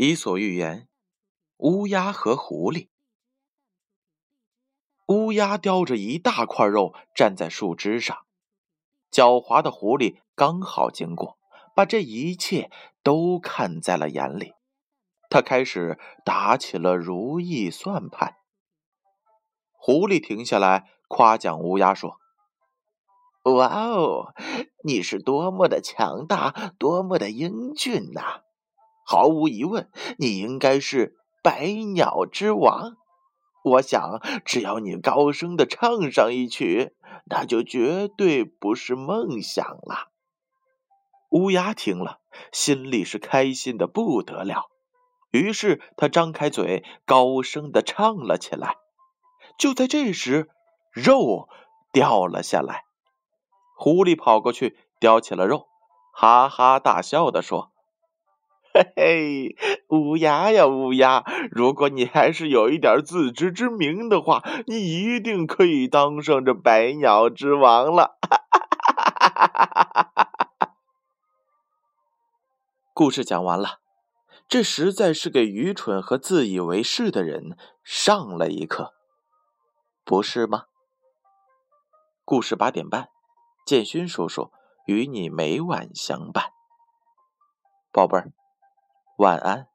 伊索寓言：乌鸦和狐狸。乌鸦叼着一大块肉站在树枝上，狡猾的狐狸刚好经过，把这一切都看在了眼里。他开始打起了如意算盘。狐狸停下来夸奖乌鸦说：哇哦，你是多么的强大，多么的英俊呐！毫无疑问，你应该是百鸟之王。我想，只要你高声地唱上一曲，那就绝对不是梦想了。乌鸦听了，心里是开心的不得了，于是他张开嘴，高声地唱了起来。就在这时，肉掉了下来。狐狸跑过去叼起了肉，哈哈大笑地说：嘿嘿，乌鸦呀乌鸦，如果你还是有一点自知之明的话，你一定可以当上这百鸟之王了。故事讲完了，这实在是给愚蠢和自以为是的人上了一课，不是吗？故事8点半，建勋叔叔与你每晚相伴。宝贝儿，晚安。